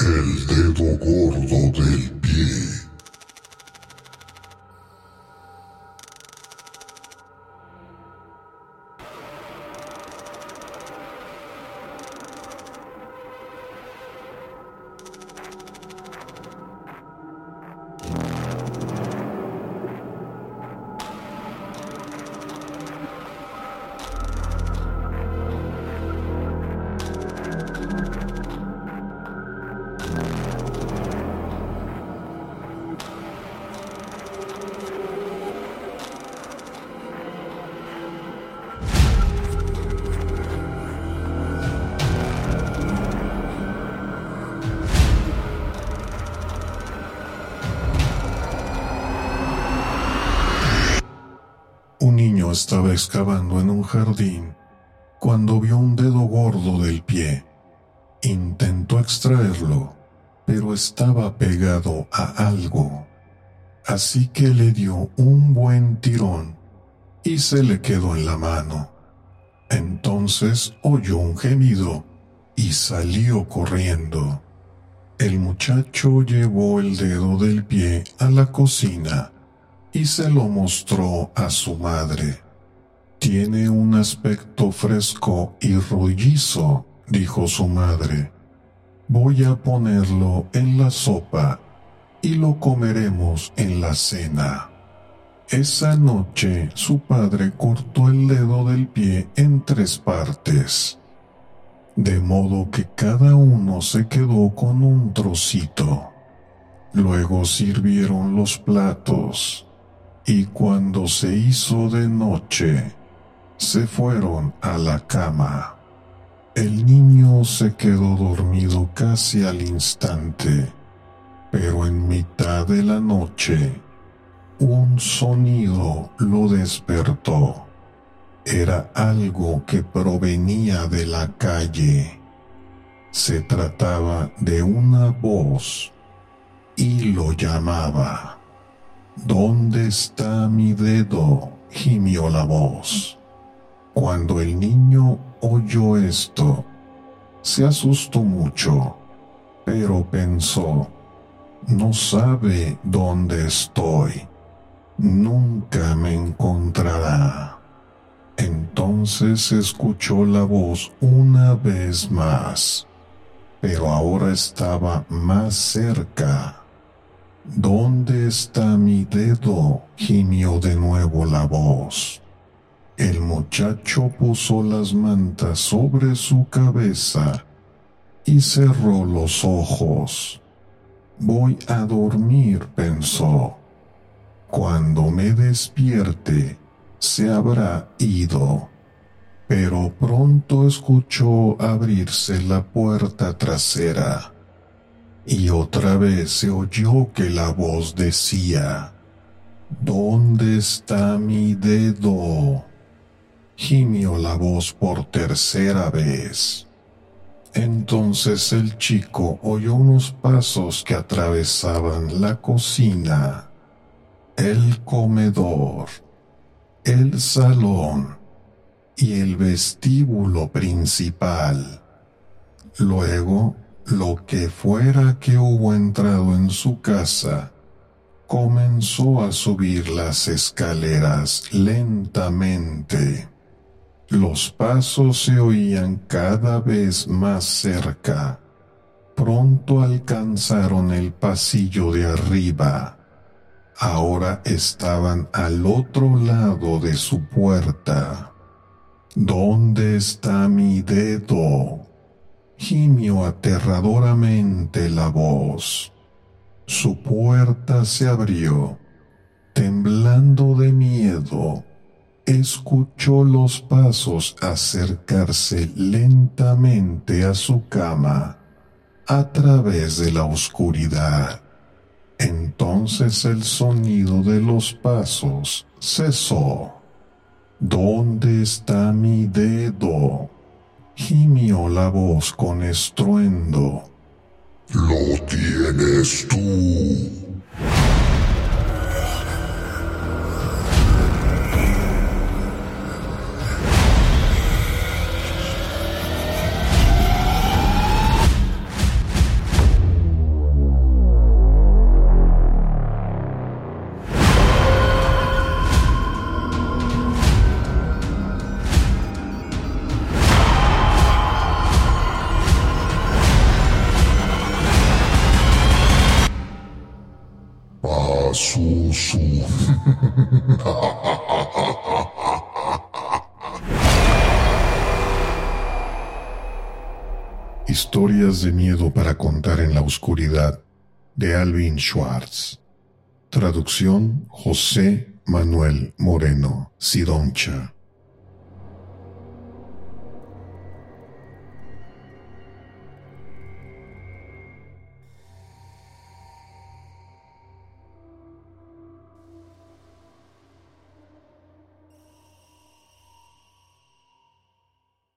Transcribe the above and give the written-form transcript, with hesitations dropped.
El dedo gordo del pie. Un niño estaba excavando en un jardín cuando vio un dedo gordo del pie. Intentó extraerlo, pero estaba pegado a algo, así que le dio un buen tirón y se le quedó en la mano. Entonces oyó un gemido y salió corriendo. El muchacho llevó el dedo del pie a la cocina y se lo mostró a su madre. «Tiene un aspecto fresco y rollizo», dijo su madre. «Voy a ponerlo en la sopa y lo comeremos en la cena». Esa noche su padre cortó el dedo del pie en 3 partes, de modo que cada uno se quedó con un trocito. Luego sirvieron los platos y cuando se hizo de noche, se fueron a la cama. El niño se quedó dormido casi al instante, pero en mitad de la noche, un sonido lo despertó. Era algo que provenía de la calle. Se trataba de una voz y lo llamaba. «¿Dónde está mi dedo?», gimió la voz. Cuando el niño oyó esto, se asustó mucho, pero pensó, «No sabe dónde estoy. Nunca me encontrará». Entonces escuchó la voz una vez más, pero ahora estaba más cerca. «¿Dónde está mi dedo?», gimió de nuevo la voz. El muchacho puso las mantas sobre su cabeza y cerró los ojos. «Voy a dormir», pensó. «Cuando me despierte, se habrá ido». Pero pronto escuchó abrirse la puerta trasera. Y otra vez se oyó que la voz decía, «¿Dónde está mi dedo?». Gimió la voz por tercera vez. Entonces el chico oyó unos pasos que atravesaban la cocina, el comedor, el salón y el vestíbulo principal. Luego, lo que fuera que hubo entrado en su casa, comenzó a subir las escaleras lentamente. Los pasos se oían cada vez más cerca. Pronto alcanzaron el pasillo de arriba. Ahora estaban al otro lado de su puerta. «¿Dónde está mi dedo?», gimió aterradoramente la voz. Su puerta se abrió. Temblando de miedo, escuchó los pasos acercarse lentamente a su cama a través de la oscuridad. Entonces el sonido de los pasos cesó. «¿Dónde está mi dedo?», gimió la voz con estruendo. «Lo tienes tú». Su. Historias de miedo para contar en la oscuridad, de Alvin Schwartz. Traducción José Manuel Moreno Sidoncha.